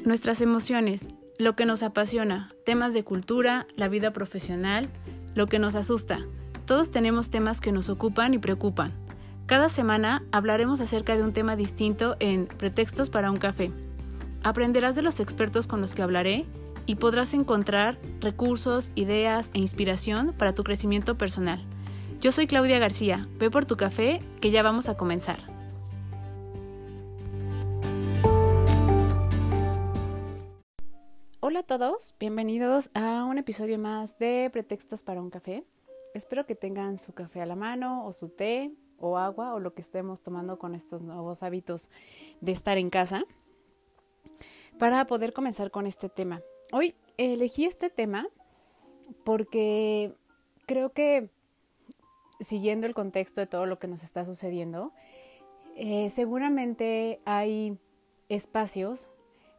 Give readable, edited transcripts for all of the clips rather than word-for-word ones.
nuestras emociones, lo que nos apasiona, temas de cultura, la vida profesional, lo que nos asusta. Todos tenemos temas que nos ocupan y preocupan. Cada semana hablaremos acerca de un tema distinto en Pretextos para un café. Aprenderás de los expertos con los que hablaré y podrás encontrar recursos, ideas e inspiración para tu crecimiento personal. Yo soy Claudia García. Ve por tu café, que ya vamos a comenzar. Hola a todos, bienvenidos a un episodio más de Pretextos para un café. Espero que tengan su café a la mano, o su té, o agua, o lo que estemos tomando con estos nuevos hábitos de estar en casa, para poder comenzar con este tema. Hoy elegí este tema porque creo que, siguiendo el contexto de todo lo que nos está sucediendo, seguramente hay espacios,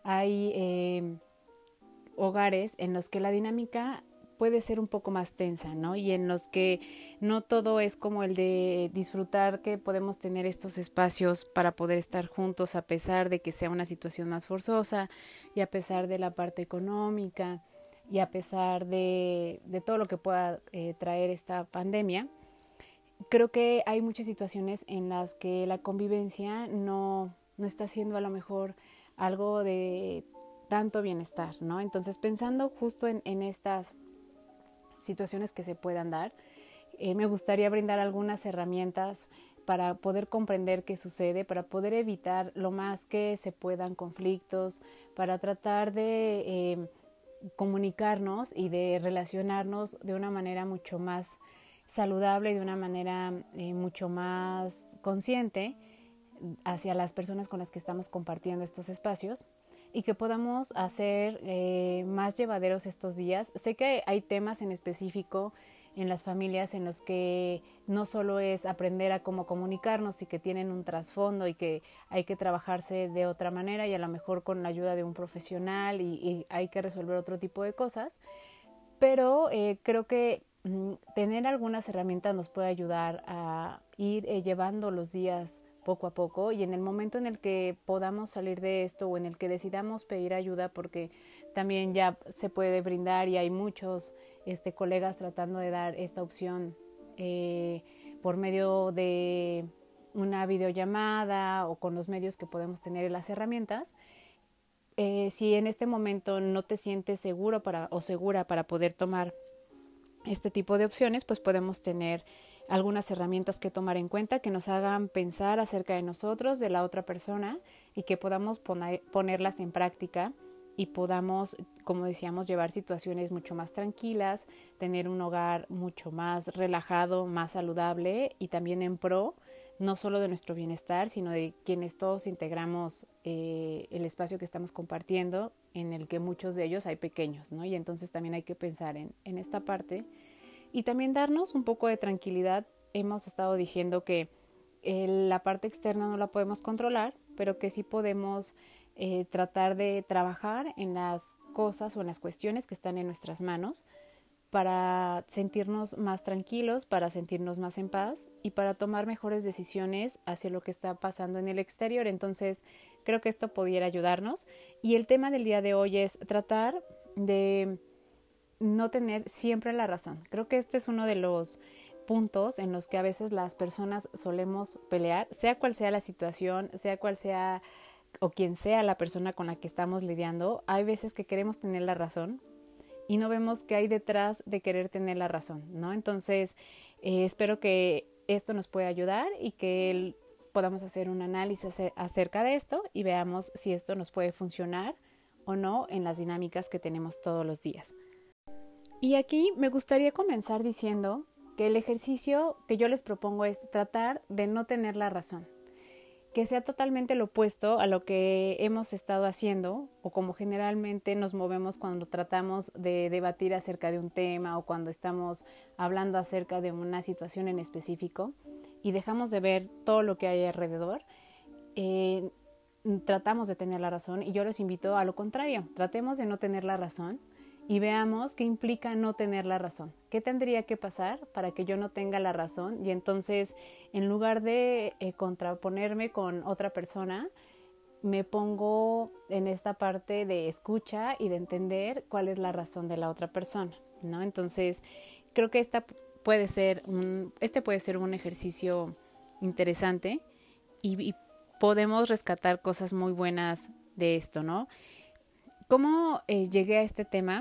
hay hogares en los que la dinámica puede ser un poco más tensa, ¿no? Y en los que no todo es como el de disfrutar que podemos tener estos espacios para poder estar juntos a pesar de que sea una situación más forzosa y a pesar de la parte económica y a pesar de todo lo que pueda traer esta pandemia. Creo que hay muchas situaciones en las que la convivencia no está siendo a lo mejor algo de tanto bienestar, ¿no? Entonces, pensando justo en estas situaciones que se puedan dar, me gustaría brindar algunas herramientas para poder comprender qué sucede, para poder evitar lo más que se puedan conflictos, para tratar de comunicarnos y de relacionarnos de una manera mucho más saludable y de una manera mucho más consciente hacia las personas con las que estamos compartiendo estos espacios, y que podamos hacer más llevaderos estos días. Sé que hay temas en específico en las familias en los que no solo es aprender a cómo comunicarnos y que tienen un trasfondo y que hay que trabajarse de otra manera y a lo mejor con la ayuda de un profesional y hay que resolver otro tipo de cosas, pero creo que tener algunas herramientas nos puede ayudar a ir llevando los días poco a poco, y en el momento en el que podamos salir de esto o en el que decidamos pedir ayuda, porque también ya se puede brindar y hay muchos colegas tratando de dar esta opción por medio de una videollamada o con los medios que podemos tener en las herramientas. Si en este momento no te sientes seguro o segura para poder tomar este tipo de opciones, pues podemos tener algunas herramientas que tomar en cuenta que nos hagan pensar acerca de nosotros, de la otra persona, y que podamos ponerlas en práctica y podamos, como decíamos, llevar situaciones mucho más tranquilas, tener un hogar mucho más relajado, más saludable y también en pro, no solo de nuestro bienestar, sino de quienes todos integramos el espacio que estamos compartiendo, en el que muchos de ellos hay pequeños, ¿no? Y entonces también hay que pensar en esta parte. Y también darnos un poco de tranquilidad. Hemos estado diciendo que la parte externa no la podemos controlar, pero que sí podemos tratar de trabajar en las cosas o en las cuestiones que están en nuestras manos para sentirnos más tranquilos, para sentirnos más en paz y para tomar mejores decisiones hacia lo que está pasando en el exterior. Entonces, creo que esto pudiera ayudarnos. Y el tema del día de hoy es tratar de no tener siempre la razón. Creo que este es uno de los puntos en los que a veces las personas solemos pelear, sea cual sea la situación, sea cual sea o quien sea la persona con la que estamos lidiando. Hay veces que queremos tener la razón y no vemos qué hay detrás de querer tener la razón, ¿no? Entonces, espero que esto nos pueda ayudar y que podamos hacer un análisis acerca de esto y veamos si esto nos puede funcionar o no en las dinámicas que tenemos todos los días. Y aquí me gustaría comenzar diciendo que el ejercicio que yo les propongo es tratar de no tener la razón, que sea totalmente lo opuesto a lo que hemos estado haciendo o como generalmente nos movemos cuando tratamos de debatir acerca de un tema o cuando estamos hablando acerca de una situación en específico y dejamos de ver todo lo que hay alrededor. Tratamos de tener la razón y yo les invito a lo contrario, tratemos de no tener la razón y veamos qué implica no tener la razón. ¿Qué tendría que pasar para que yo no tenga la razón? Y entonces, en lugar de contraponerme con otra persona, me pongo en esta parte de escucha y de entender cuál es la razón de la otra persona, ¿no? Entonces, creo que este puede ser un ejercicio interesante y podemos rescatar cosas muy buenas de esto, ¿no? ¿Cómo llegué a este tema?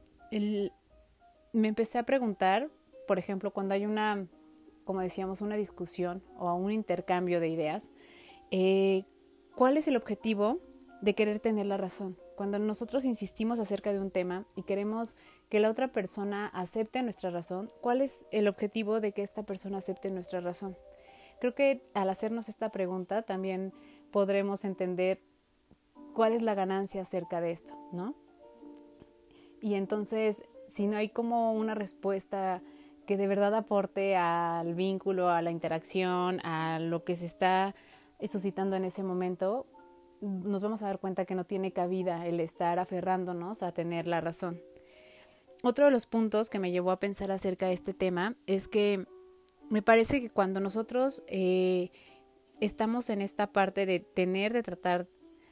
Me empecé a preguntar, por ejemplo, cuando hay como decíamos, una discusión o un intercambio de ideas, ¿cuál es el objetivo de querer tener la razón? Cuando nosotros insistimos acerca de un tema y queremos que la otra persona acepte nuestra razón, ¿cuál es el objetivo de que esta persona acepte nuestra razón? Creo que al hacernos esta pregunta también podremos entender cuál es la ganancia acerca de esto, ¿no? Y entonces, si no hay como una respuesta que de verdad aporte al vínculo, a la interacción, a lo que se está suscitando en ese momento, nos vamos a dar cuenta que no tiene cabida el estar aferrándonos a tener la razón. Otro de los puntos que me llevó a pensar acerca de este tema es que me parece que cuando nosotros estamos en esta parte de tratar,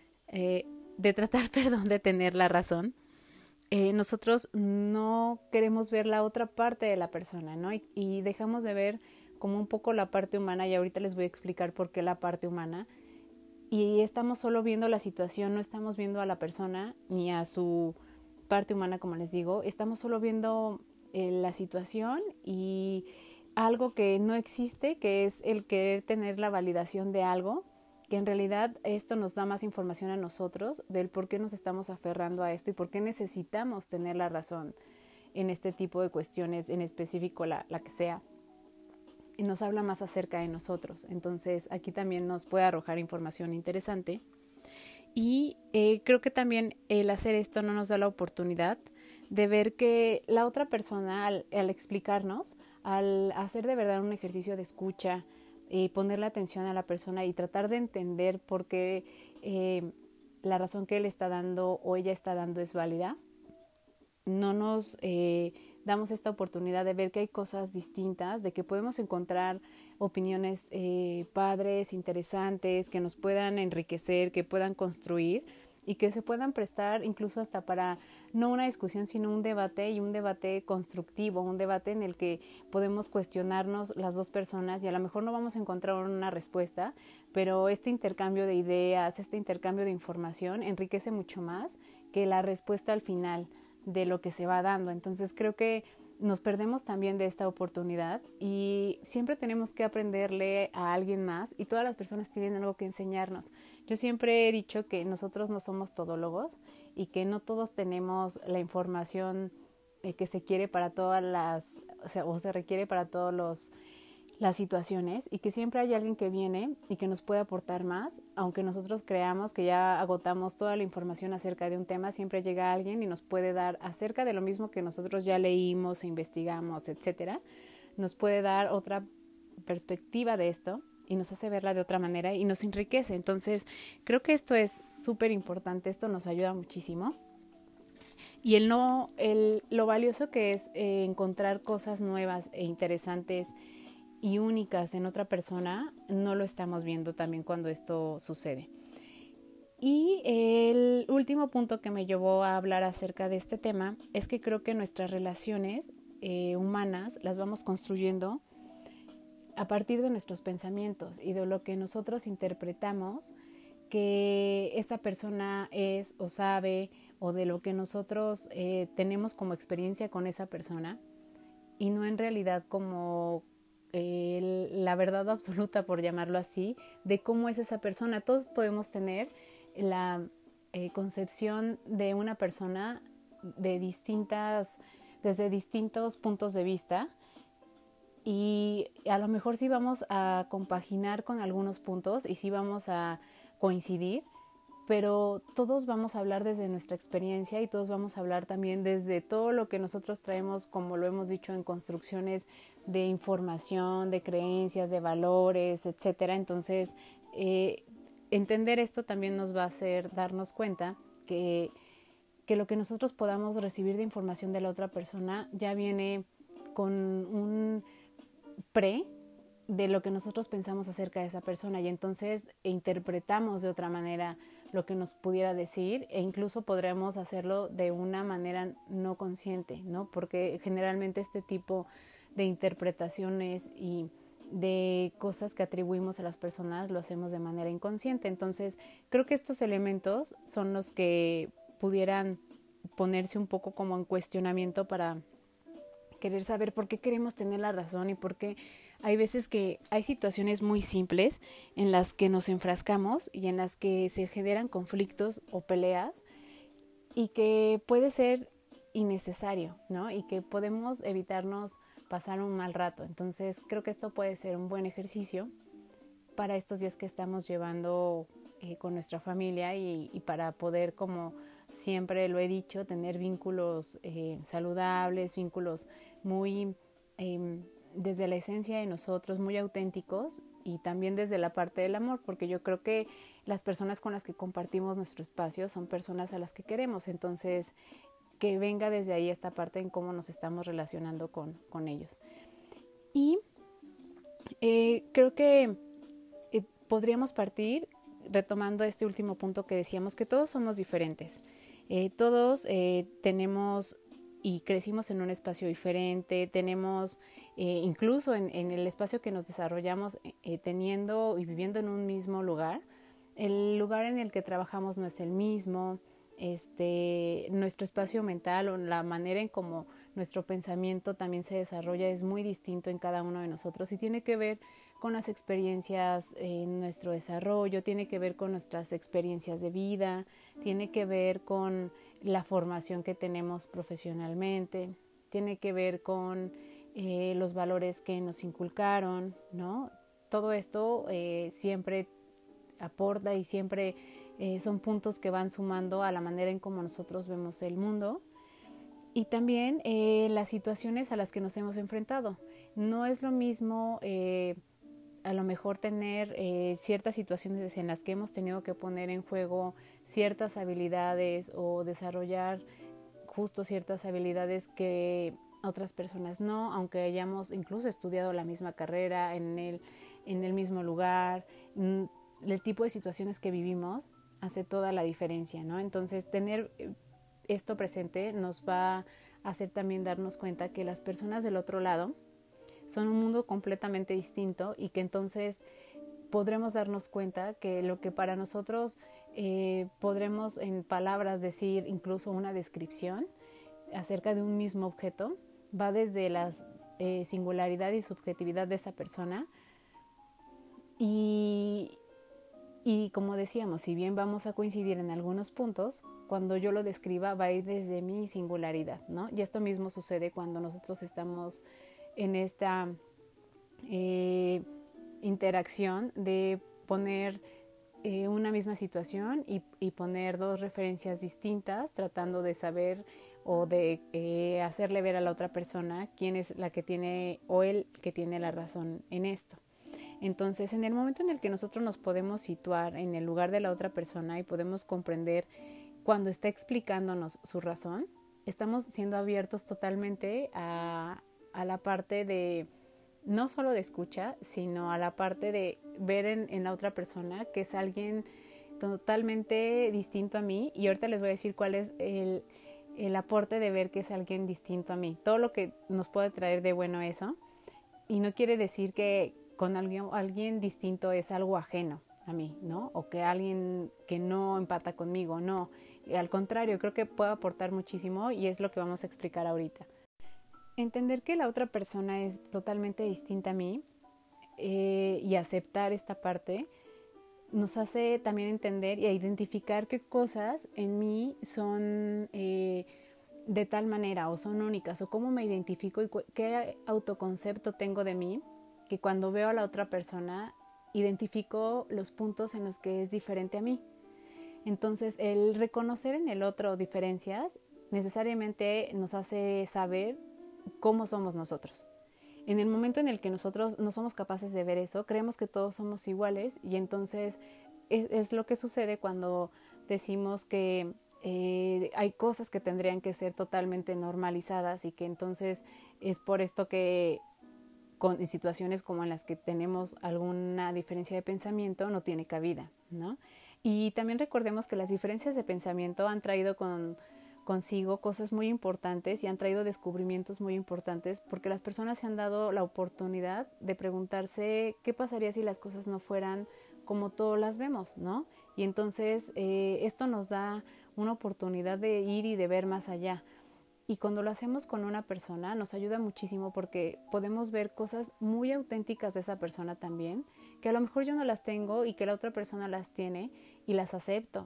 de tener la razón, nosotros no queremos ver la otra parte de la persona, ¿no? Y dejamos de ver como un poco la parte humana, y ahorita les voy a explicar por qué la parte humana, y estamos solo viendo la situación, no estamos viendo a la persona ni a su parte humana, como les digo, estamos solo viendo la situación y algo que no existe, que es el querer tener la validación de algo, que en realidad esto nos da más información a nosotros del por qué nos estamos aferrando a esto y por qué necesitamos tener la razón en este tipo de cuestiones, en específico la que sea. Y nos habla más acerca de nosotros. Entonces aquí también nos puede arrojar información interesante. Y creo que también el hacer esto no nos da la oportunidad de ver que la otra persona, al explicarnos, al hacer de verdad un ejercicio de escucha, ponerle atención a la persona y tratar de entender por qué la razón que él está dando o ella está dando es válida, no nos damos esta oportunidad de ver que hay cosas distintas, de que podemos encontrar opiniones padres, interesantes, que nos puedan enriquecer, que puedan construir y que se puedan prestar incluso hasta para no una discusión, sino un debate, y un debate constructivo, un debate en el que podemos cuestionarnos las dos personas y a lo mejor no vamos a encontrar una respuesta, pero este intercambio de ideas, este intercambio de información enriquece mucho más que la respuesta al final de lo que se va dando. Entonces creo que nos perdemos también de esta oportunidad y siempre tenemos que aprenderle a alguien más y todas las personas tienen algo que enseñarnos. Yo siempre he dicho que nosotros no somos todólogos y que no todos tenemos la información que se quiere para todas las, o se requiere para todos las situaciones, y que siempre hay alguien que viene y que nos puede aportar más, aunque nosotros creamos que ya agotamos toda la información acerca de un tema, siempre llega alguien y nos puede dar acerca de lo mismo que nosotros ya leímos e investigamos, etcétera, nos puede dar otra perspectiva de esto y nos hace verla de otra manera y nos enriquece. Entonces creo que esto es súper importante, esto nos ayuda muchísimo. Y lo valioso que es encontrar cosas nuevas e interesantes y únicas en otra persona, no lo estamos viendo también cuando esto sucede. Y el último punto que me llevó a hablar acerca de este tema es que creo que nuestras relaciones humanas las vamos construyendo a partir de nuestros pensamientos y de lo que nosotros interpretamos que esa persona es o sabe, o de lo que nosotros tenemos como experiencia con esa persona, y no en realidad como la verdad absoluta, por llamarlo así, de cómo es esa persona. Todos podemos tener la concepción de una persona desde distintos puntos de vista, y a lo mejor sí vamos a compaginar con algunos puntos y sí vamos a coincidir, pero todos vamos a hablar desde nuestra experiencia y todos vamos a hablar también desde todo lo que nosotros traemos, como lo hemos dicho, en construcciones de información, de creencias, de valores, etcétera. Entonces, entender esto también nos va a hacer darnos cuenta que lo que nosotros podamos recibir de información de la otra persona ya viene con un de lo que nosotros pensamos acerca de esa persona y entonces interpretamos de otra manera lo que nos pudiera decir e incluso podremos hacerlo de una manera no consciente, ¿no? Porque generalmente este tipo de interpretaciones y de cosas que atribuimos a las personas lo hacemos de manera inconsciente. Entonces, creo que estos elementos son los que pudieran ponerse un poco como en cuestionamiento para querer saber por qué queremos tener la razón y por qué hay veces que hay situaciones muy simples en las que nos enfrascamos y en las que se generan conflictos o peleas y que puede ser innecesario, ¿no? Y que podemos evitarnos pasar un mal rato. Entonces creo que esto puede ser un buen ejercicio para estos días que estamos llevando con nuestra familia y para poder, como siempre lo he dicho, tener vínculos saludables, vínculos muy desde la esencia de nosotros, muy auténticos y también desde la parte del amor, porque yo creo que las personas con las que compartimos nuestro espacio son personas a las que queremos, entonces que venga desde ahí esta parte en cómo nos estamos relacionando con ellos. Y creo que podríamos partir retomando este último punto que decíamos, que todos somos diferentes. Todos tenemos y crecimos en un espacio diferente, tenemos incluso en el espacio que nos desarrollamos teniendo y viviendo en un mismo lugar, el lugar en el que trabajamos no es el mismo, nuestro espacio mental o la manera en cómo nuestro pensamiento también se desarrolla es muy distinto en cada uno de nosotros y tiene que ver con las experiencias en nuestro desarrollo, tiene que ver con nuestras experiencias de vida, tiene que ver con la formación que tenemos profesionalmente, tiene que ver con los valores que nos inculcaron, ¿no? Todo esto siempre aporta y siempre son puntos que van sumando a la manera en cómo nosotros vemos el mundo y también las situaciones a las que nos hemos enfrentado. No es lo mismo a lo mejor tener ciertas situaciones en las que hemos tenido que poner en juego ciertas habilidades o desarrollar justo ciertas habilidades que otras personas no, aunque hayamos incluso estudiado la misma carrera en el mismo lugar. El tipo de situaciones que vivimos hace toda la diferencia, ¿no? Entonces, tener esto presente nos va a hacer también darnos cuenta que las personas del otro lado son un mundo completamente distinto y que entonces podremos darnos cuenta que lo que para nosotros podremos en palabras decir incluso una descripción acerca de un mismo objeto, va desde la singularidad y subjetividad de esa persona y como decíamos, si bien vamos a coincidir en algunos puntos, cuando yo lo describa va a ir desde mi singularidad, ¿no? Y esto mismo sucede cuando nosotros estamos en esta interacción de poner una misma situación y poner dos referencias distintas, tratando de saber o de hacerle ver a la otra persona quién es la que tiene o el que tiene la razón en esto. Entonces, en el momento en el que nosotros nos podemos situar en el lugar de la otra persona y podemos comprender cuando está explicándonos su razón, estamos siendo abiertos totalmente a la parte de, no solo de escucha, sino a la parte de ver en la otra persona que es alguien totalmente distinto a mí. Y ahorita les voy a decir cuál es el aporte de ver que es alguien distinto a mí. Todo lo que nos puede traer de bueno eso. Y no quiere decir que con alguien distinto es algo ajeno a mí, ¿no? O que alguien que no empata conmigo, no. Y al contrario, creo que puede aportar muchísimo y es lo que vamos a explicar ahorita. Entender que la otra persona es totalmente distinta a mí y aceptar esta parte nos hace también entender y identificar qué cosas en mí son de tal manera o son únicas o cómo me identifico y qué autoconcepto tengo de mí, que cuando veo a la otra persona identifico los puntos en los que es diferente a mí. Entonces, el reconocer en el otro diferencias necesariamente nos hace saber cómo somos nosotros. En el momento en el que nosotros no somos capaces de ver eso, creemos que todos somos iguales y entonces es lo que sucede cuando decimos que hay cosas que tendrían que ser totalmente normalizadas y que entonces es por esto que en situaciones como en las que tenemos alguna diferencia de pensamiento no tiene cabida, ¿no? Y también recordemos que las diferencias de pensamiento han traído consigo cosas muy importantes y han traído descubrimientos muy importantes porque las personas se han dado la oportunidad de preguntarse qué pasaría si las cosas no fueran como todos las vemos, ¿no? Y entonces esto nos da una oportunidad de ir y de ver más allá. Y cuando lo hacemos con una persona nos ayuda muchísimo porque podemos ver cosas muy auténticas de esa persona también, que a lo mejor yo no las tengo y que la otra persona las tiene y las acepto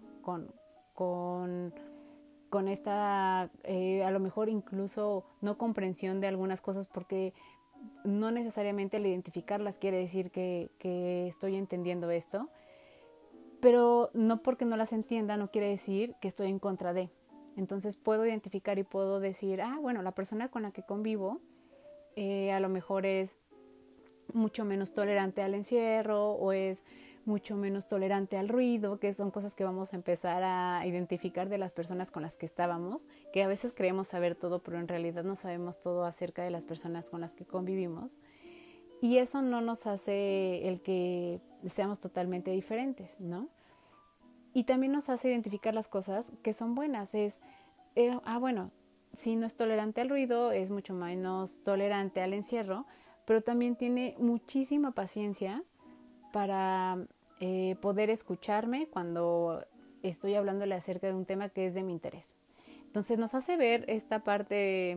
con esta, a lo mejor incluso no comprensión de algunas cosas, porque no necesariamente el identificarlas quiere decir que estoy entendiendo esto, pero no porque no las entienda no quiere decir que estoy en contra de. Entonces puedo identificar y puedo decir, bueno, la persona con la que convivo a lo mejor es mucho menos tolerante al encierro o es mucho menos tolerante al ruido, que son cosas que vamos a empezar a identificar de las personas con las que estábamos, que a veces creemos saber todo, pero en realidad no sabemos todo acerca de las personas con las que convivimos. Y eso no nos hace el que seamos totalmente diferentes, ¿no? Y también nos hace identificar las cosas que son buenas. Bueno, si no es tolerante al ruido, es mucho menos tolerante al encierro, pero también tiene muchísima paciencia para poder escucharme cuando estoy hablándole acerca de un tema que es de mi interés. Entonces nos hace ver esta parte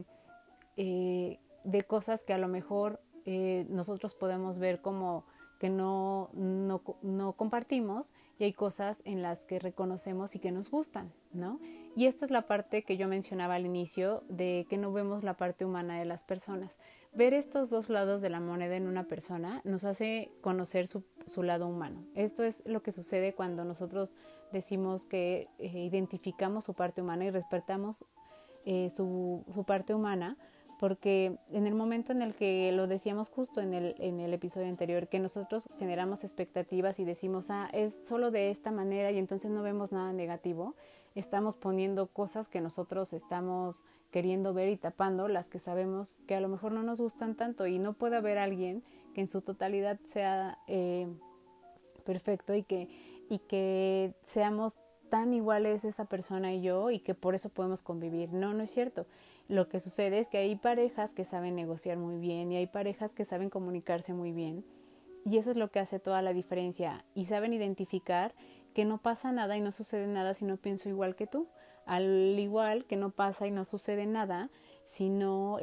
de cosas que a lo mejor nosotros podemos ver como que no compartimos, y hay cosas en las que reconocemos y que nos gustan, ¿no? Y esta es la parte que yo mencionaba al inicio, de que no vemos la parte humana de las personas. Ver estos dos lados de la moneda en una persona nos hace conocer su lado humano. Esto es lo que sucede cuando nosotros decimos que identificamos su parte humana y respetamos su parte humana, porque en el momento en el que lo decíamos justo en el episodio anterior, que nosotros generamos expectativas y decimos, es solo de esta manera y entonces no vemos nada negativo, estamos poniendo cosas que nosotros estamos queriendo ver y tapando las que sabemos que a lo mejor no nos gustan tanto, y no puede haber alguien que en su totalidad sea perfecto y que seamos tan iguales esa persona y yo, y que por eso podemos convivir. No es cierto. Lo que sucede es que hay parejas que saben negociar muy bien y hay parejas que saben comunicarse muy bien, y eso es lo que hace toda la diferencia, y saben identificar que no pasa nada y no sucede nada si no pienso igual que tú, al igual que no pasa y no sucede nada si no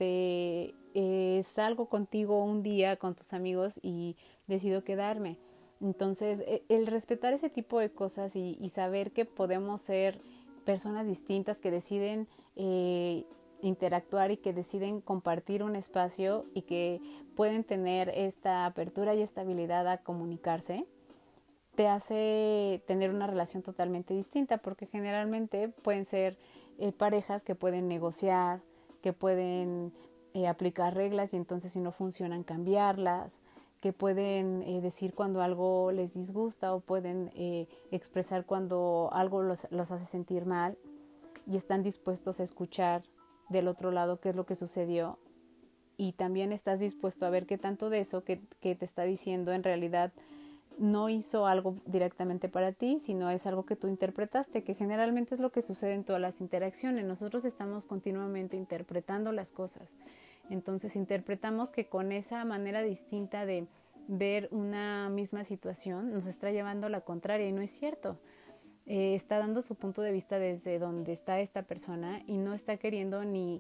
salgo contigo un día con tus amigos y decido quedarme. Entonces el respetar ese tipo de cosas y saber que podemos ser personas distintas que deciden interactuar y que deciden compartir un espacio y que pueden tener esta apertura y esta habilidad a comunicarse, te hace tener una relación totalmente distinta, porque generalmente pueden ser parejas que pueden negociar, que pueden aplicar reglas y entonces si no funcionan cambiarlas, que pueden decir cuando algo les disgusta o pueden expresar cuando algo los hace sentir mal, y están dispuestos a escuchar del otro lado qué es lo que sucedió, y también estás dispuesto a ver qué tanto de eso que te está diciendo en realidad no hizo algo directamente para ti, sino es algo que tú interpretaste, que generalmente es lo que sucede en todas las interacciones. Nosotros estamos continuamente interpretando las cosas. Entonces interpretamos que con esa manera distinta de ver una misma situación nos está llevando a la contraria, y no es cierto. Está dando su punto de vista desde donde está esta persona y no está queriendo ni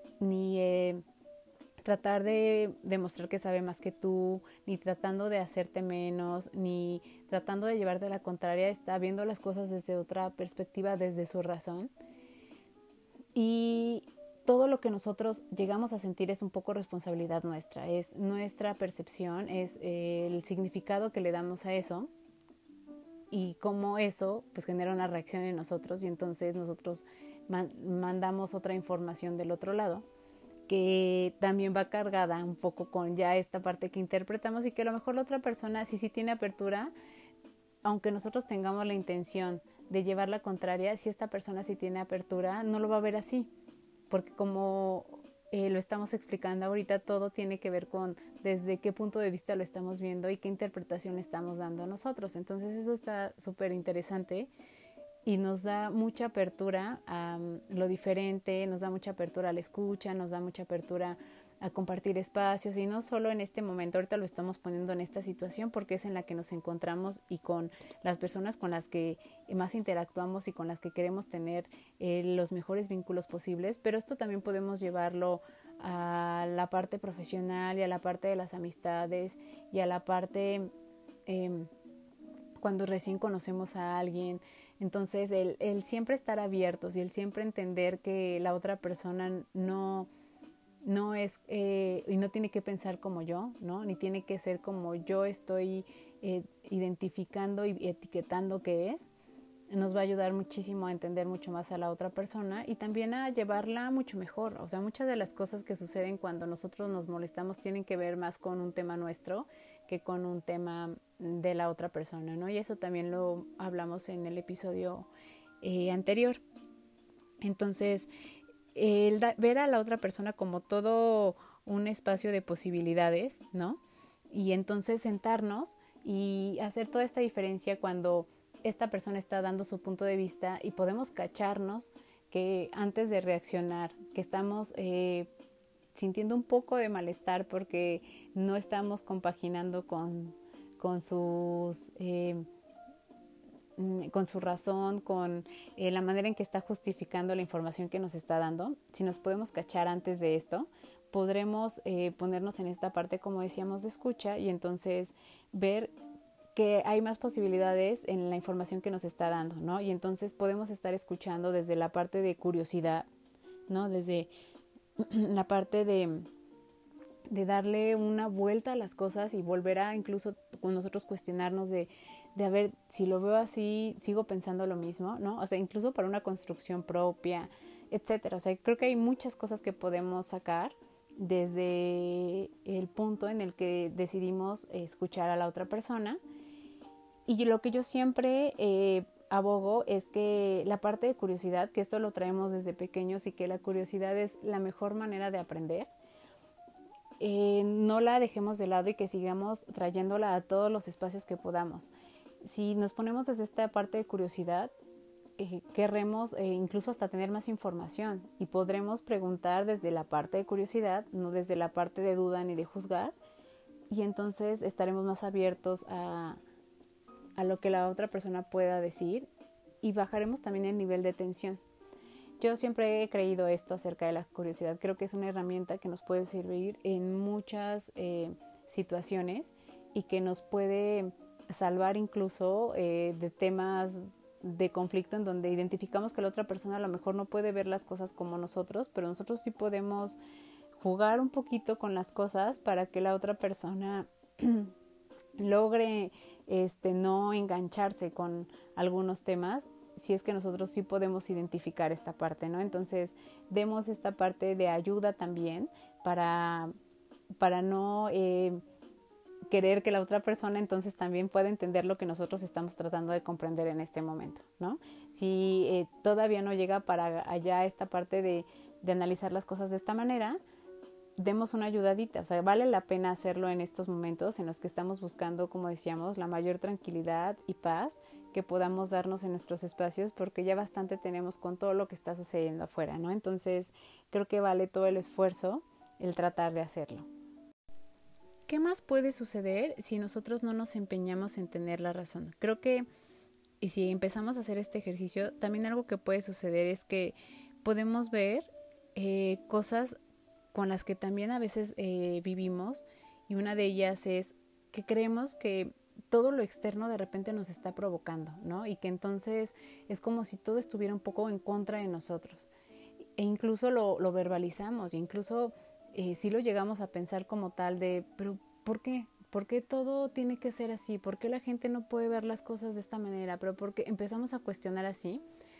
tratar de demostrar que sabe más que tú, ni tratando de hacerte menos, ni tratando de llevarte a la contraria. Está viendo las cosas desde otra perspectiva, desde su razón. Y todo lo que nosotros llegamos a sentir es un poco responsabilidad nuestra, es nuestra percepción, es el significado que le damos a eso, y cómo eso pues genera una reacción en nosotros, y entonces nosotros mandamos otra información del otro lado que también va cargada un poco con ya esta parte que interpretamos, y que a lo mejor la otra persona sí tiene apertura, aunque nosotros tengamos la intención de llevar la contraria. Si esta persona sí tiene apertura, no lo va a ver así, porque como lo estamos explicando ahorita, todo tiene que ver con desde qué punto de vista lo estamos viendo y qué interpretación estamos dando nosotros. Entonces eso está súper interesante y nos da mucha apertura a lo diferente, nos da mucha apertura a la escucha, nos da mucha apertura a compartir espacios, y no solo en este momento, ahorita lo estamos poniendo en esta situación porque es en la que nos encontramos y con las personas con las que más interactuamos y con las que queremos tener los mejores vínculos posibles, pero esto también podemos llevarlo a la parte profesional y a la parte de las amistades y a la parte cuando recién conocemos a alguien. Entonces el siempre estar abiertos y el siempre entender que la otra persona no es y no tiene que pensar como yo, ¿no? Ni tiene que ser como yo estoy identificando y etiquetando que es, nos va a ayudar muchísimo a entender mucho más a la otra persona y también a llevarla mucho mejor. O sea, muchas de las cosas que suceden cuando nosotros nos molestamos tienen que ver más con un tema nuestro que con un tema de la otra persona, ¿no? Y eso también lo hablamos en el episodio anterior. Entonces, ver a la otra persona como todo un espacio de posibilidades, ¿no? Y entonces sentarnos y hacer toda esta diferencia cuando esta persona está dando su punto de vista y podemos cacharnos que antes de reaccionar, que estamos sintiendo un poco de malestar porque no estamos compaginando con sus... con su razón, con la manera en que está justificando la información que nos está dando. Si nos podemos cachar antes de esto, podremos ponernos en esta parte, como decíamos, de escucha y entonces ver que hay más posibilidades en la información que nos está dando, ¿no? Y entonces podemos estar escuchando desde la parte de curiosidad, ¿no? Desde la parte de darle una vuelta a las cosas y volver a incluso con nosotros cuestionarnos de a ver, si lo veo así, sigo pensando lo mismo, ¿no? O sea, incluso para una construcción propia, etcétera. O sea, creo que hay muchas cosas que podemos sacar desde el punto en el que decidimos escuchar a la otra persona. Y lo que yo siempre abogo es que la parte de curiosidad, que esto lo traemos desde pequeños y que la curiosidad es la mejor manera de aprender, no la dejemos de lado y que sigamos trayéndola a todos los espacios que podamos. Si nos ponemos desde esta parte de curiosidad, querremos incluso hasta tener más información y podremos preguntar desde la parte de curiosidad, no desde la parte de duda ni de juzgar, y entonces estaremos más abiertos a lo que la otra persona pueda decir y bajaremos también el nivel de tensión. Yo siempre he creído esto acerca de la curiosidad. Creo que es una herramienta que nos puede servir en muchas situaciones y que nos puede salvar incluso de temas de conflicto en donde identificamos que la otra persona a lo mejor no puede ver las cosas como nosotros, pero nosotros sí podemos jugar un poquito con las cosas para que la otra persona logre no engancharse con algunos temas, si es que nosotros sí podemos identificar esta parte, ¿no? Entonces, demos esta parte de ayuda también para no querer que la otra persona entonces también pueda entender lo que nosotros estamos tratando de comprender en este momento, ¿no? Si todavía no llega para allá esta parte de analizar las cosas de esta manera, demos una ayudadita. O sea, vale la pena hacerlo en estos momentos en los que estamos buscando, como decíamos, la mayor tranquilidad y paz que podamos darnos en nuestros espacios, porque ya bastante tenemos con todo lo que está sucediendo afuera, ¿no? Entonces, creo que vale todo el esfuerzo el tratar de hacerlo. ¿Qué más puede suceder si nosotros no nos empeñamos en tener la razón? Creo que, y si empezamos a hacer este ejercicio, también algo que puede suceder es que podemos ver cosas con las que también a veces vivimos, y una de ellas es que creemos que todo lo externo de repente nos está provocando, ¿no? Y que entonces es como si todo estuviera un poco en contra de nosotros. E incluso lo verbalizamos, e incluso sí lo llegamos a pensar como tal de, pero ¿por qué? ¿Por qué todo tiene que ser así? ¿Por qué la gente no puede ver las cosas de esta manera? Pero porque empezamos a cuestionar así.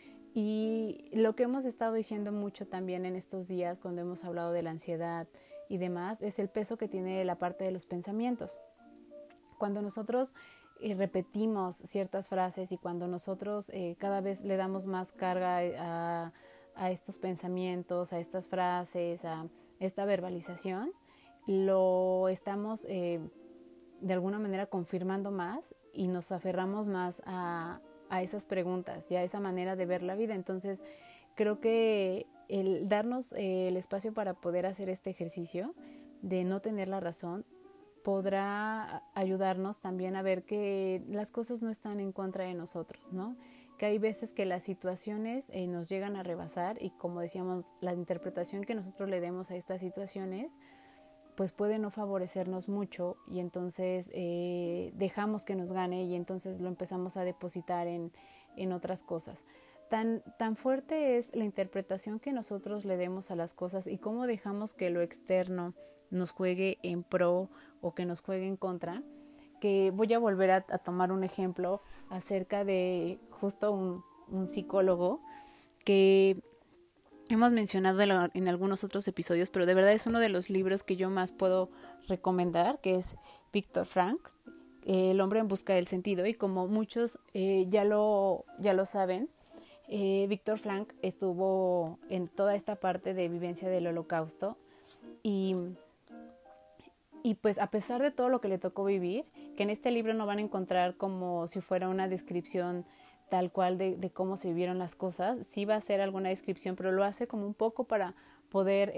Y lo que hemos estado diciendo mucho también en estos días cuando hemos hablado de la ansiedad y demás es el peso que tiene la parte de los pensamientos. Cuando nosotros repetimos ciertas frases y cuando nosotros cada vez le damos más carga a estos pensamientos, a estas frases, a esta verbalización, lo estamos de alguna manera confirmando más y nos aferramos más a esas preguntas y a esa manera de ver la vida. Entonces, creo que el darnos el espacio para poder hacer este ejercicio de no tener la razón podrá ayudarnos también a ver que las cosas no están en contra de nosotros, ¿no? Que hay veces que las situaciones nos llegan a rebasar y, como decíamos, la interpretación que nosotros le demos a estas situaciones pues puede no favorecernos mucho y entonces dejamos que nos gane y entonces lo empezamos a depositar en otras cosas. Tan fuerte es la interpretación que nosotros le demos a las cosas y cómo dejamos que lo externo nos juegue en pro o que nos juegue en contra, que voy a volver a tomar un ejemplo acerca de justo un psicólogo que hemos mencionado en algunos otros episodios, pero de verdad es uno de los libros que yo más puedo recomendar, que es Viktor Frankl, El hombre en busca del sentido. Y como muchos ya lo saben, Viktor Frankl estuvo en toda esta parte de vivencia del Holocausto y pues a pesar de todo lo que le tocó vivir, que en este libro no van a encontrar como si fuera una descripción tal cual de cómo se vivieron las cosas, sí va a ser alguna descripción, pero lo hace como un poco para poder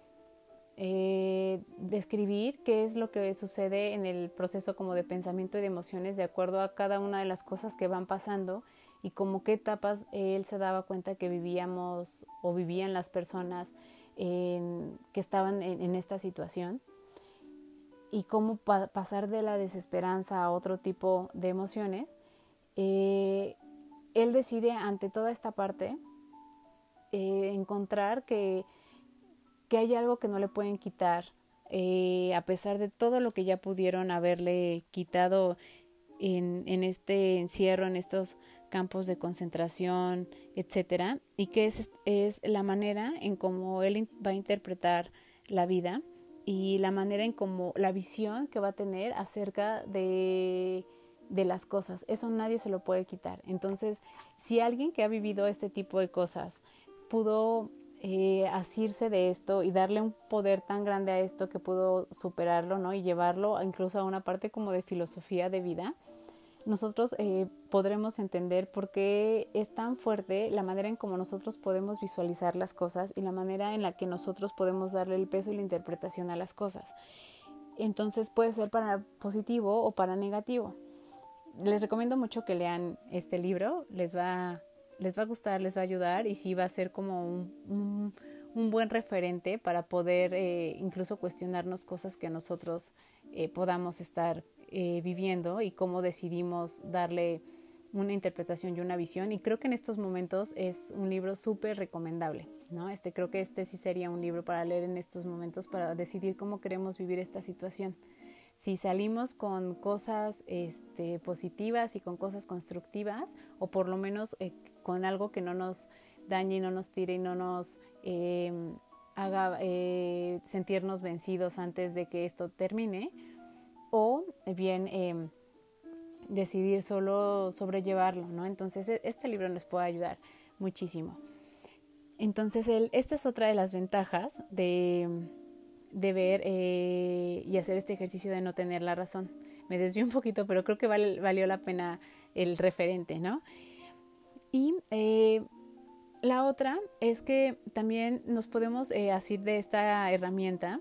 describir qué es lo que sucede en el proceso como de pensamiento y de emociones de acuerdo a cada una de las cosas que van pasando y como qué etapas él se daba cuenta que vivíamos o vivían las personas que estaban en esta situación y cómo pasar de la desesperanza a otro tipo de emociones. Él decide ante toda esta parte encontrar que hay algo que no le pueden quitar, a pesar de todo lo que ya pudieron haberle quitado en este encierro, en estos campos de concentración, etcétera, y que es la manera en cómo él va a interpretar la vida y la manera en cómo la visión que va a tener acerca de las cosas. Eso nadie se lo puede quitar. Entonces, si alguien que ha vivido este tipo de cosas pudo asirse de esto y darle un poder tan grande a esto que pudo superarlo, ¿no? Y llevarlo incluso a una parte como de filosofía de vida, nosotros podremos entender por qué es tan fuerte la manera en cómo nosotros podemos visualizar las cosas y la manera en la que nosotros podemos darle el peso y la interpretación a las cosas. Entonces puede ser para positivo o para negativo. Les recomiendo mucho que lean este libro, les va a gustar, les va a ayudar y sí va a ser como un buen referente para poder incluso cuestionarnos cosas que nosotros podamos estar viviendo y cómo decidimos darle una interpretación y una visión. Y creo que en estos momentos es un libro súper recomendable, ¿no? Creo que sí sería un libro para leer en estos momentos para decidir cómo queremos vivir esta situación. Si salimos con cosas positivas y con cosas constructivas, o por lo menos con algo que no nos dañe y no nos tire y no nos haga sentirnos vencidos antes de que esto termine, o bien decidir solo sobrellevarlo, ¿no? Entonces este libro nos puede ayudar muchísimo. Entonces esta es otra de las ventajas de ver y hacer este ejercicio de no tener la razón. Me desvío un poquito, pero creo que valió la pena el referente, ¿no? Y la otra es que también nos podemos asir de esta herramienta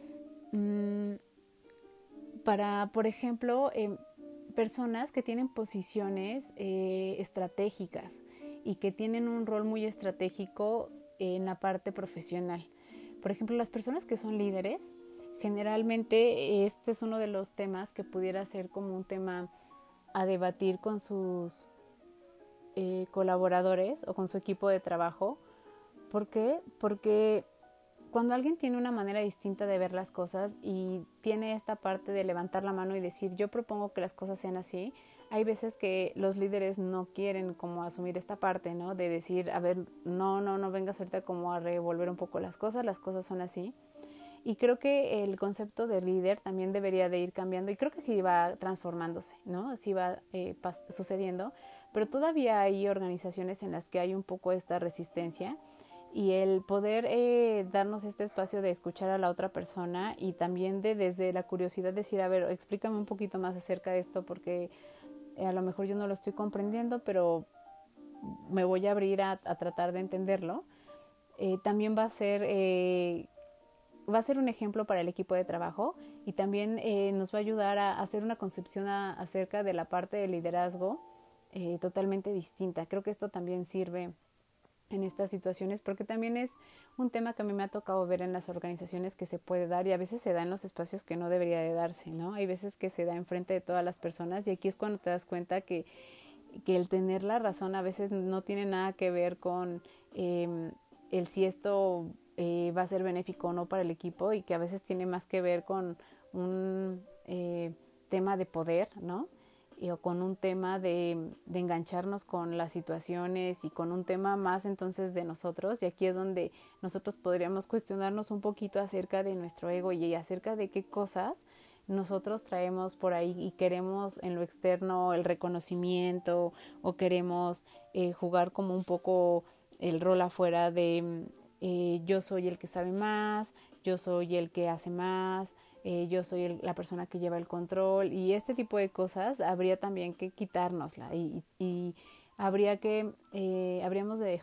para, por ejemplo, personas que tienen posiciones estratégicas y que tienen un rol muy estratégico en la parte profesional. Por ejemplo, las personas que son líderes, generalmente este es uno de los temas que pudiera ser como un tema a debatir con sus colaboradores o con su equipo de trabajo. ¿Por qué? Porque cuando alguien tiene una manera distinta de ver las cosas y tiene esta parte de levantar la mano y decir yo propongo que las cosas sean así, hay veces que los líderes no quieren como asumir esta parte, ¿no? De decir, a ver, no vengas ahorita como a revolver un poco las cosas son así. Y creo que el concepto de líder también debería de ir cambiando y creo que sí va transformándose, ¿no? Sí va sucediendo, pero todavía hay organizaciones en las que hay un poco esta resistencia y el poder darnos este espacio de escuchar a la otra persona y también de desde la curiosidad decir, a ver, explícame un poquito más acerca de esto porque a lo mejor yo no lo estoy comprendiendo, pero me voy a abrir a tratar de entenderlo. También va a ser un ejemplo para el equipo de trabajo y también nos va a ayudar a hacer una concepción acerca de la parte de liderazgo totalmente distinta. Creo que esto también sirve en estas situaciones porque también es un tema que a mí me ha tocado ver en las organizaciones que se puede dar y a veces se da en los espacios que no debería de darse, ¿no? Hay veces que se da enfrente de todas las personas y aquí es cuando te das cuenta que el tener la razón a veces no tiene nada que ver con el si esto va a ser benéfico o no para el equipo y que a veces tiene más que ver con un tema de poder, ¿no? O con un tema de engancharnos con las situaciones y con un tema más entonces de nosotros y aquí es donde nosotros podríamos cuestionarnos un poquito acerca de nuestro ego y acerca de qué cosas nosotros traemos por ahí y queremos en lo externo el reconocimiento o queremos jugar como un poco el rol afuera de yo soy el que sabe más, yo soy el que hace más, yo soy la persona que lleva el control y este tipo de cosas habría también que quitárnosla y habríamos de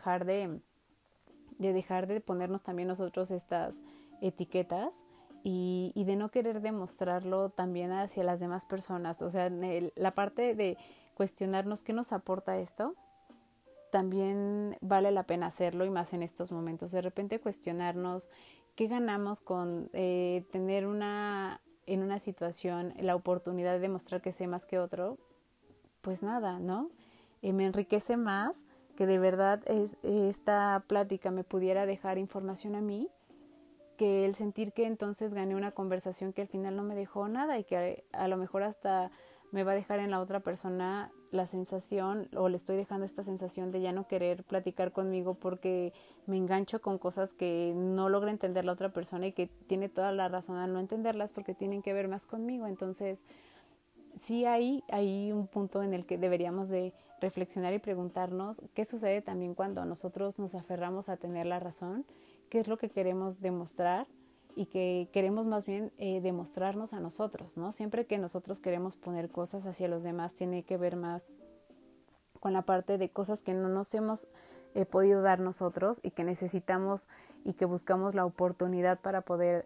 dejar de ponernos también nosotros estas etiquetas y de no querer demostrarlo también hacia las demás personas. O sea, la parte de cuestionarnos qué nos aporta esto, también vale la pena hacerlo y más en estos momentos. De repente cuestionarnos qué ganamos con tener en una situación la oportunidad de demostrar que sé más que otro, pues nada, ¿no? Me enriquece más que de verdad esta plática me pudiera dejar información a mí que el sentir que entonces gané una conversación que al final no me dejó nada y que a lo mejor hasta me va a dejar en la otra persona la sensación o le estoy dejando esta sensación de ya no querer platicar conmigo porque me engancho con cosas que no logra entender la otra persona y que tiene toda la razón al no entenderlas porque tienen que ver más conmigo. Entonces, sí hay un punto en el que deberíamos de reflexionar y preguntarnos qué sucede también cuando nosotros nos aferramos a tener la razón, qué es lo que queremos demostrar y que queremos más bien demostrarnos a nosotros, ¿no? Siempre que nosotros queremos poner cosas hacia los demás tiene que ver más con la parte de cosas que no nos hemos podido dar nosotros y que necesitamos y que buscamos la oportunidad para poder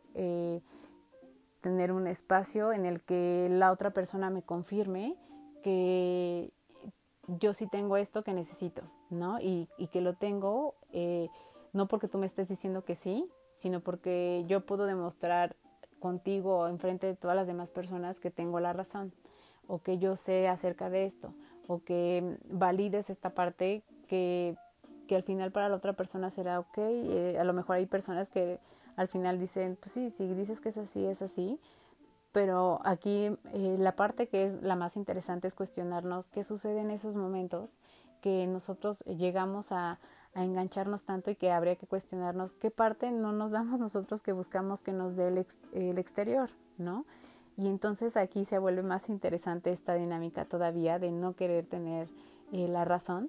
tener un espacio en el que la otra persona me confirme que yo sí tengo esto que necesito, ¿no? Y que lo tengo no porque tú me estés diciendo que sí, sino porque yo puedo demostrar contigo enfrente de todas las demás personas que tengo la razón o que yo sé acerca de esto o que valides esta parte que al final para la otra persona será ok. A lo mejor hay personas que al final dicen, pues sí, si dices que es así, pero aquí la parte que es la más interesante es cuestionarnos qué sucede en esos momentos que nosotros llegamos a engancharnos tanto y que habría que cuestionarnos qué parte no nos damos nosotros que buscamos que nos dé el exterior, ¿no? Y entonces aquí se vuelve más interesante esta dinámica todavía de no querer tener la razón,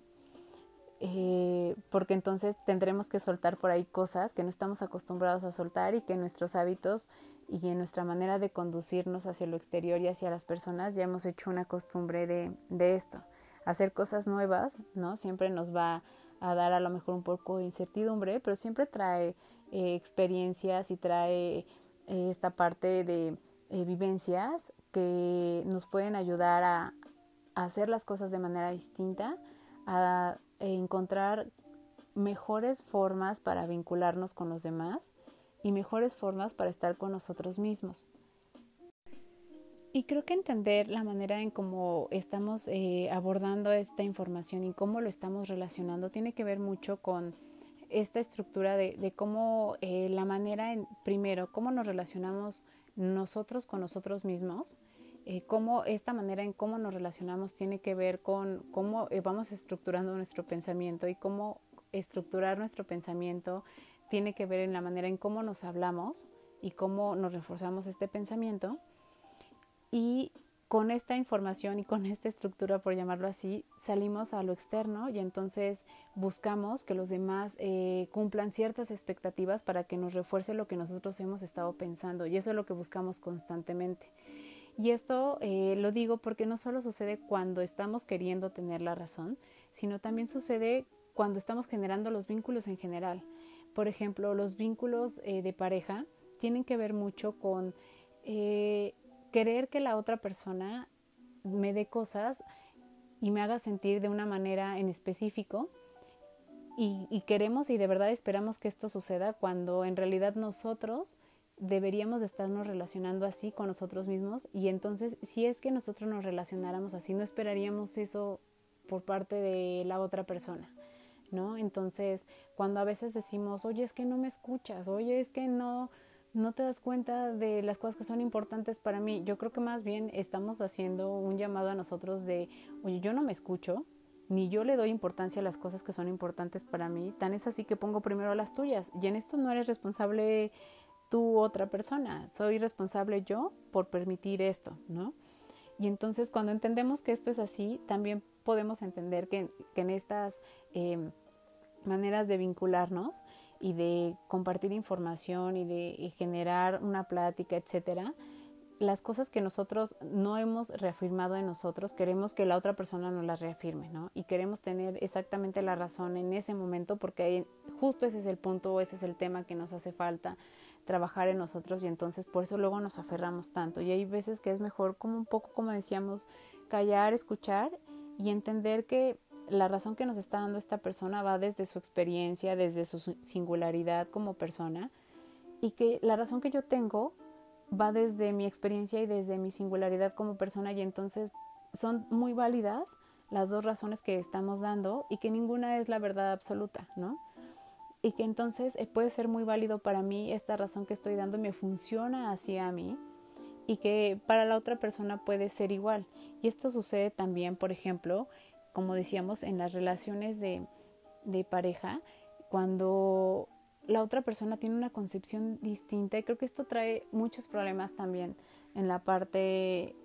porque entonces tendremos que soltar por ahí cosas que no estamos acostumbrados a soltar y que nuestros hábitos y en nuestra manera de conducirnos hacia lo exterior y hacia las personas ya hemos hecho una costumbre de esto. Hacer cosas nuevas, ¿no? Siempre nos va a dar a lo mejor un poco de incertidumbre, pero siempre trae experiencias y trae esta parte de vivencias que nos pueden ayudar a hacer las cosas de manera distinta, a encontrar mejores formas para vincularnos con los demás y mejores formas para estar con nosotros mismos. Y creo que entender la manera en cómo estamos abordando esta información y cómo lo estamos relacionando tiene que ver mucho con esta estructura de cómo la manera, primero, cómo nos relacionamos nosotros con nosotros mismos, cómo esta manera en cómo nos relacionamos tiene que ver con cómo vamos estructurando nuestro pensamiento y cómo estructurar nuestro pensamiento tiene que ver en la manera en cómo nos hablamos y cómo nos reforzamos este pensamiento y con esta información y con esta estructura, por llamarlo así, salimos a lo externo y entonces buscamos que los demás cumplan ciertas expectativas para que nos refuerce lo que nosotros hemos estado pensando, y eso es lo que buscamos constantemente. Y esto lo digo porque no solo sucede cuando estamos queriendo tener la razón, sino también sucede cuando estamos generando los vínculos en general. Por ejemplo, los vínculos de pareja tienen que ver mucho con querer que la otra persona me dé cosas y me haga sentir de una manera en específico, y queremos y de verdad esperamos que esto suceda cuando en realidad nosotros deberíamos de estarnos relacionando así con nosotros mismos, y entonces si es que nosotros nos relacionáramos así no esperaríamos eso por parte de la otra persona, ¿no? Entonces cuando a veces decimos, oye, es que no me escuchas, oye, es que no te das cuenta de las cosas que son importantes para mí, yo creo que más bien estamos haciendo un llamado a nosotros de, oye, yo no me escucho, ni yo le doy importancia a las cosas que son importantes para mí, tan es así que pongo primero las tuyas, y en esto no eres responsable tú, otra persona, soy responsable yo por permitir esto, ¿no? Y entonces cuando entendemos que esto es así, también podemos entender que en estas maneras de vincularnos y de compartir información y de generar una plática, etcétera, las cosas que nosotros no hemos reafirmado en nosotros, queremos que la otra persona nos las reafirme, ¿no? Y queremos tener exactamente la razón en ese momento, porque justo ese es el punto, ese es el tema que nos hace falta trabajar en nosotros, y entonces por eso luego nos aferramos tanto. Y hay veces que es mejor, como un poco, como decíamos, callar, escuchar y entender que la razón que nos está dando esta persona va desde su experiencia, desde su singularidad como persona, y que la razón que yo tengo va desde mi experiencia y desde mi singularidad como persona, y entonces son muy válidas las dos razones que estamos dando y que ninguna es la verdad absoluta, ¿no? Y que entonces puede ser muy válido para mí esta razón que estoy dando, me funciona hacia mí, y que para la otra persona puede ser igual. Y esto sucede también, por ejemplo, como decíamos, en las relaciones de pareja, cuando la otra persona tiene una concepción distinta, y creo que esto trae muchos problemas también en la parte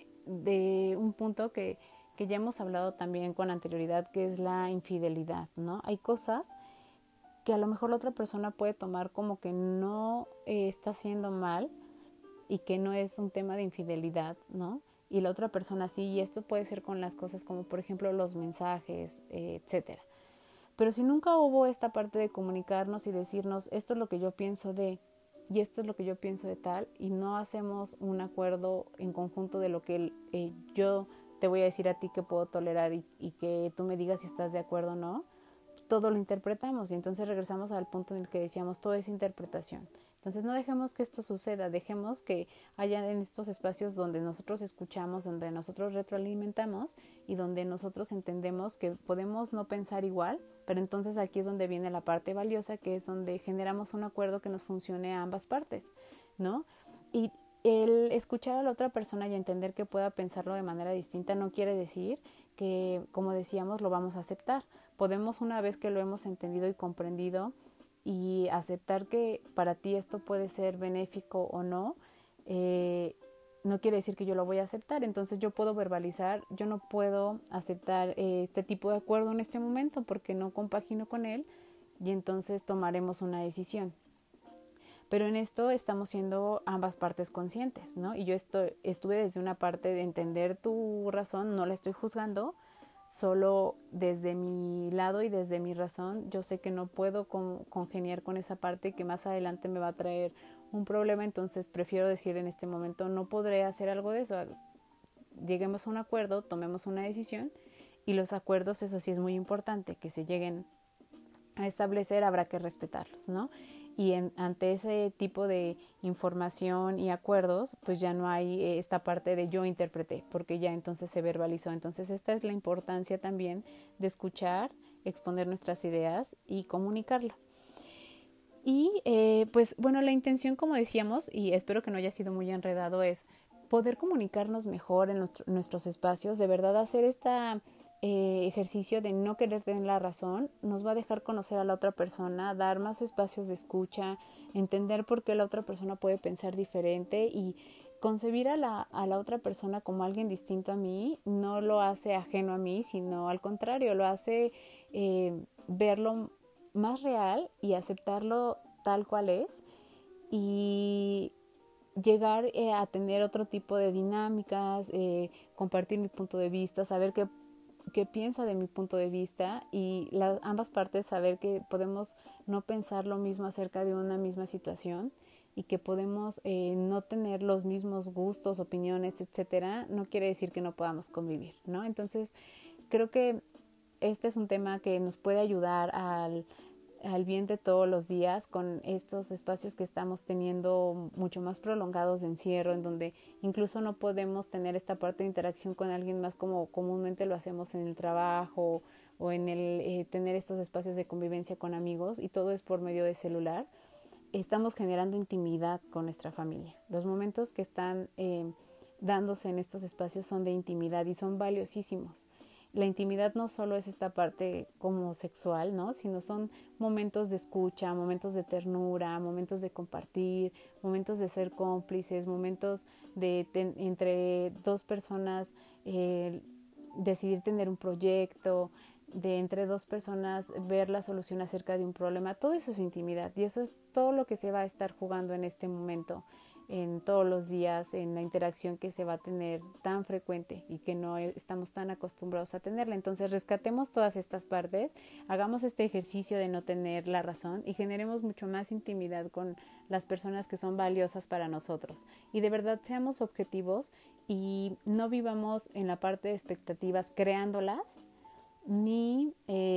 de un punto que ya hemos hablado también con anterioridad, que es la infidelidad, ¿no? Hay cosas que a lo mejor la otra persona puede tomar como que no está haciendo mal y que no es un tema de infidelidad, ¿no? Y la otra persona sí, y esto puede ser con las cosas como por ejemplo los mensajes, etcétera. Pero si nunca hubo esta parte de comunicarnos y decirnos, esto es lo que yo pienso de, y esto es lo que yo pienso de tal, y no hacemos un acuerdo en conjunto de lo que yo te voy a decir a ti que puedo tolerar, y que tú me digas si estás de acuerdo o no, todo lo interpretamos, y entonces regresamos al punto en el que decíamos, todo es interpretación. Entonces no dejemos que esto suceda, dejemos que haya en estos espacios donde nosotros escuchamos, donde nosotros retroalimentamos y donde nosotros entendemos que podemos no pensar igual, pero entonces aquí es donde viene la parte valiosa, que es donde generamos un acuerdo que nos funcione a ambas partes, ¿no? Y el escuchar a la otra persona y entender que pueda pensarlo de manera distinta no quiere decir que, como decíamos, lo vamos a aceptar. Podemos, una vez que lo hemos entendido y comprendido, y aceptar que para ti esto puede ser benéfico o no, no quiere decir que yo lo voy a aceptar. Entonces yo puedo verbalizar, yo no puedo aceptar este tipo de acuerdo en este momento porque no compagino con él, y entonces tomaremos una decisión. Pero en esto estamos siendo ambas partes conscientes, ¿no? Y yo estuve desde una parte de entender tu razón, no la estoy juzgando, solo desde mi lado y desde mi razón, yo sé que no puedo congeniar con esa parte que más adelante me va a traer un problema, entonces prefiero decir en este momento, no podré hacer algo de eso. Lleguemos a un acuerdo, tomemos una decisión, y los acuerdos, eso sí es muy importante, que se lleguen a establecer, habrá que respetarlos, ¿no? Y ante ese tipo de información y acuerdos, pues ya no hay esta parte de yo interpreté, porque ya entonces se verbalizó. Entonces esta es la importancia también de escuchar, exponer nuestras ideas y comunicarlo. Y pues bueno, la intención, como decíamos, y espero que no haya sido muy enredado, es poder comunicarnos mejor en nuestros espacios, de verdad hacer esta ejercicio de no querer tener la razón, nos va a dejar conocer a la otra persona, dar más espacios de escucha, entender por qué la otra persona puede pensar diferente, y concebir a la otra persona como alguien distinto a mí no lo hace ajeno a mí, sino al contrario, lo hace verlo más real y aceptarlo tal cual es, y llegar a tener otro tipo de dinámicas, compartir mi punto de vista, saber qué piensa de mi punto de vista, y ambas partes saber que podemos no pensar lo mismo acerca de una misma situación, y que podemos no tener los mismos gustos, opiniones, etcétera. No quiere decir que no podamos convivir, ¿no? Entonces, creo que este es un tema que nos puede ayudar al bien de todos los días, con estos espacios que estamos teniendo mucho más prolongados de encierro, en donde incluso no podemos tener esta parte de interacción con alguien más como comúnmente lo hacemos en el trabajo, o en el tener estos espacios de convivencia con amigos, y todo es por medio de celular. Estamos generando intimidad con nuestra familia. Los momentos que están dándose en estos espacios son de intimidad y son valiosísimos. La intimidad no solo es esta parte como sexual, ¿no? Sino son momentos de escucha, momentos de ternura, momentos de compartir, momentos de ser cómplices, momentos de entre dos personas decidir tener un proyecto, de entre dos personas ver la solución acerca de un problema. Todo eso es intimidad, y eso es todo lo que se va a estar jugando en este momento, en todos los días, en la interacción que se va a tener tan frecuente y que no estamos tan acostumbrados a tenerla. Entonces, rescatemos todas estas partes, hagamos este ejercicio de no tener la razón y generemos mucho más intimidad con las personas que son valiosas para nosotros. Y de verdad seamos objetivos y no vivamos en la parte de expectativas creándolas, ni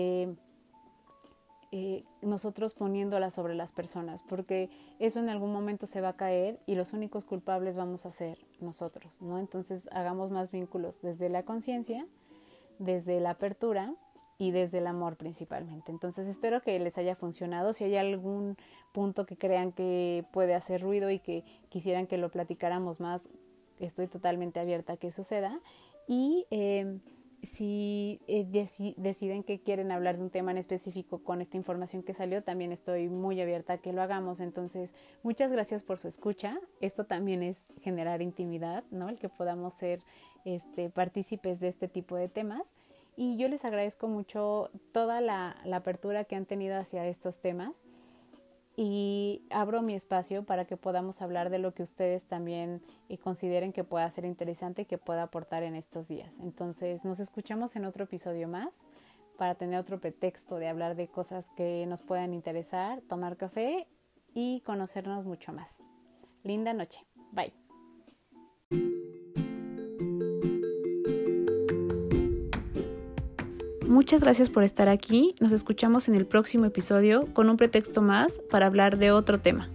nosotros poniéndolas sobre las personas, porque eso en algún momento se va a caer y los únicos culpables vamos a ser nosotros, ¿no? Entonces hagamos más vínculos desde la conciencia, desde la apertura y desde el amor principalmente. Entonces espero que les haya funcionado. Si hay algún punto que crean que puede hacer ruido y que quisieran que lo platicáramos más, estoy totalmente abierta a que suceda. Y si deciden que quieren hablar de un tema en específico con esta información que salió, también estoy muy abierta a que lo hagamos. Entonces, muchas gracias por su escucha. Esto también es generar intimidad, ¿no? El que podamos ser partícipes de este tipo de temas. Y yo les agradezco mucho toda la apertura que han tenido hacia estos temas. Y abro mi espacio para que podamos hablar de lo que ustedes también consideren que pueda ser interesante y que pueda aportar en estos días. Entonces nos escuchamos en otro episodio más para tener otro pretexto de hablar de cosas que nos puedan interesar, tomar café y conocernos mucho más. Linda noche. Bye. Muchas gracias por estar aquí. Nos escuchamos en el próximo episodio con un pretexto más para hablar de otro tema.